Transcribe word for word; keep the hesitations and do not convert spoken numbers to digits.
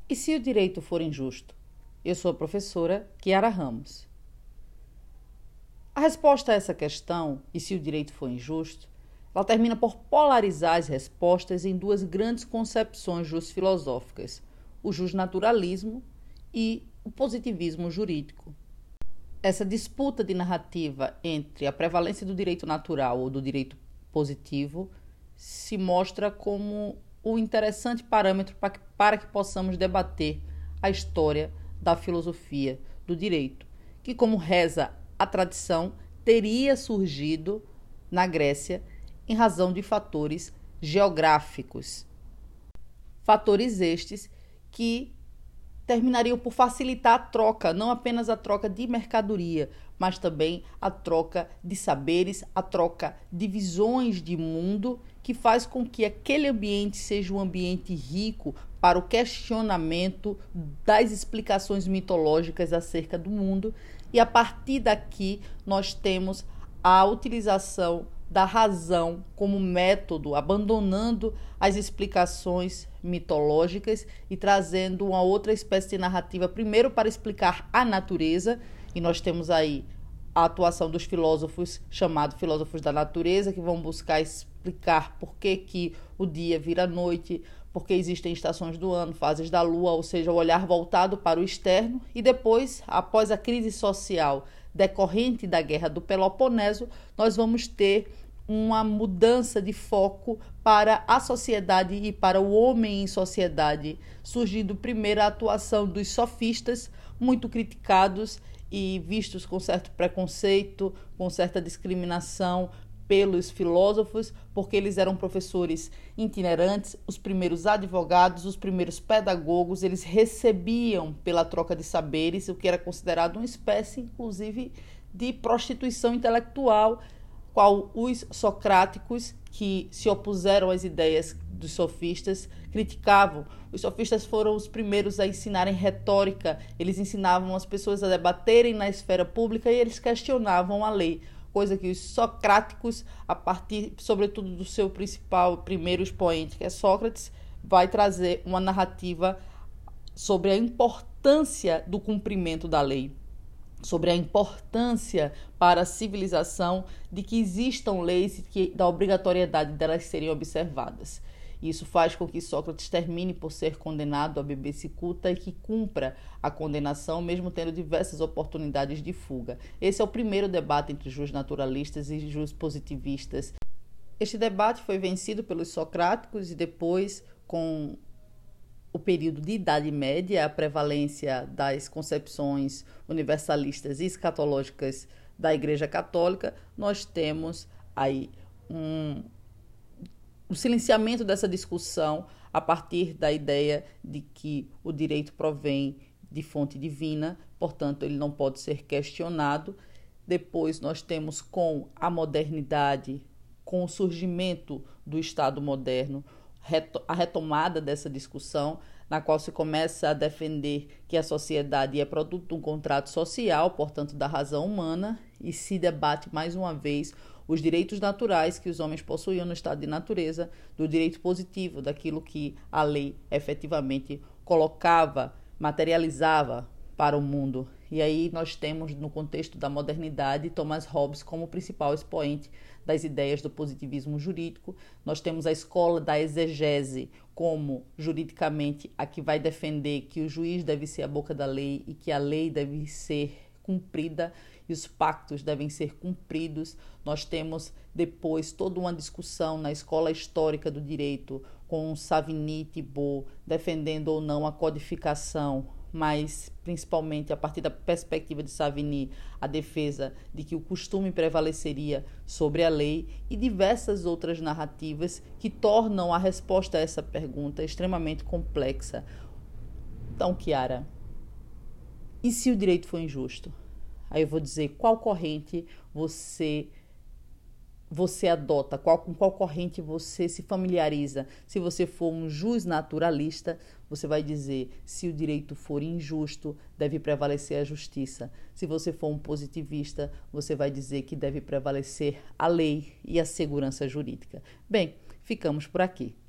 E se o direito for injusto? Eu sou a professora Kiara Ramos. A resposta a essa questão, e se o direito for injusto, ela termina por polarizar as respostas em duas grandes concepções jusfilosóficas, o justnaturalismo e o positivismo jurídico. Essa disputa de narrativa entre a prevalência do direito natural ou do direito positivo se mostra como um interessante parâmetro para que, para que possamos debater a história da filosofia do direito, que, como reza a tradição, teria surgido na Grécia em razão de fatores geográficos. Fatores estes que terminariam por facilitar a troca, não apenas a troca de mercadoria, mas também a troca de saberes, a troca de visões de mundo, que faz com que aquele ambiente seja um ambiente rico para o questionamento das explicações mitológicas acerca do mundo. E a partir daqui nós temos a utilização da razão como método, abandonando as explicações mitológicas e trazendo uma outra espécie de narrativa, primeiro para explicar a natureza, e nós temos aí a atuação dos filósofos, chamados filósofos da natureza, que vão buscar explicar por que, que o dia vira noite, porque existem estações do ano, fases da lua, ou seja, o olhar voltado para o externo, e depois, após a crise social decorrente da Guerra do Peloponeso, nós vamos ter uma mudança de foco para a sociedade e para o homem em sociedade, surgindo primeiro a atuação dos sofistas, muito criticados e vistos com certo preconceito, com certa discriminação pelos filósofos, porque eles eram professores itinerantes, os primeiros advogados, os primeiros pedagogos, eles recebiam pela troca de saberes, o que era considerado uma espécie, inclusive, de prostituição intelectual, qual os socráticos, que se opuseram às ideias dos sofistas, criticavam. Os sofistas foram os primeiros a ensinarem retórica, eles ensinavam as pessoas a debaterem na esfera pública e eles questionavam a lei, coisa que os socráticos, a partir, sobretudo, do seu principal, primeiro expoente, que é Sócrates, vai trazer uma narrativa sobre a importância do cumprimento da lei, sobre a importância para a civilização de que existam leis e que, da obrigatoriedade delas serem observadas. Isso faz com que Sócrates termine por ser condenado a beber cicuta e que cumpra a condenação, mesmo tendo diversas oportunidades de fuga. Esse é o primeiro debate entre justnaturalistas e justpositivistas. Este debate foi vencido pelos socráticos e depois, com o período de Idade Média, a prevalência das concepções universalistas e escatológicas da Igreja Católica, nós temos aí um o silenciamento dessa discussão a partir da ideia de que o direito provém de fonte divina, portanto, ele não pode ser questionado. Depois nós temos, com a modernidade, com o surgimento do Estado moderno, a retomada dessa discussão, na qual se começa a defender que a sociedade é produto de um contrato social, portanto, da razão humana, e se debate mais uma vez os direitos naturais que os homens possuíam no estado de natureza, do direito positivo, daquilo que a lei efetivamente colocava, materializava para o mundo. E aí nós temos, no contexto da modernidade, Thomas Hobbes como principal expoente das ideias do positivismo jurídico. Nós temos a escola da exegese como, juridicamente, a que vai defender que o juiz deve ser a boca da lei e que a lei deve ser cumprida e os pactos devem ser cumpridos. Nós temos depois toda uma discussão na escola histórica do direito com Savigny e Thibault defendendo ou não a codificação, mas principalmente a partir da perspectiva de Savigny, a defesa de que o costume prevaleceria sobre a lei e diversas outras narrativas que tornam a resposta a essa pergunta extremamente complexa. Então, Kiara, e se o direito for injusto? Aí eu vou dizer qual corrente você você adota, qual, com qual corrente você se familiariza. Se você for um justnaturalista, você vai dizer, se o direito for injusto, deve prevalecer a justiça. Se você for um positivista, você vai dizer que deve prevalecer a lei e a segurança jurídica. Bem, ficamos por aqui.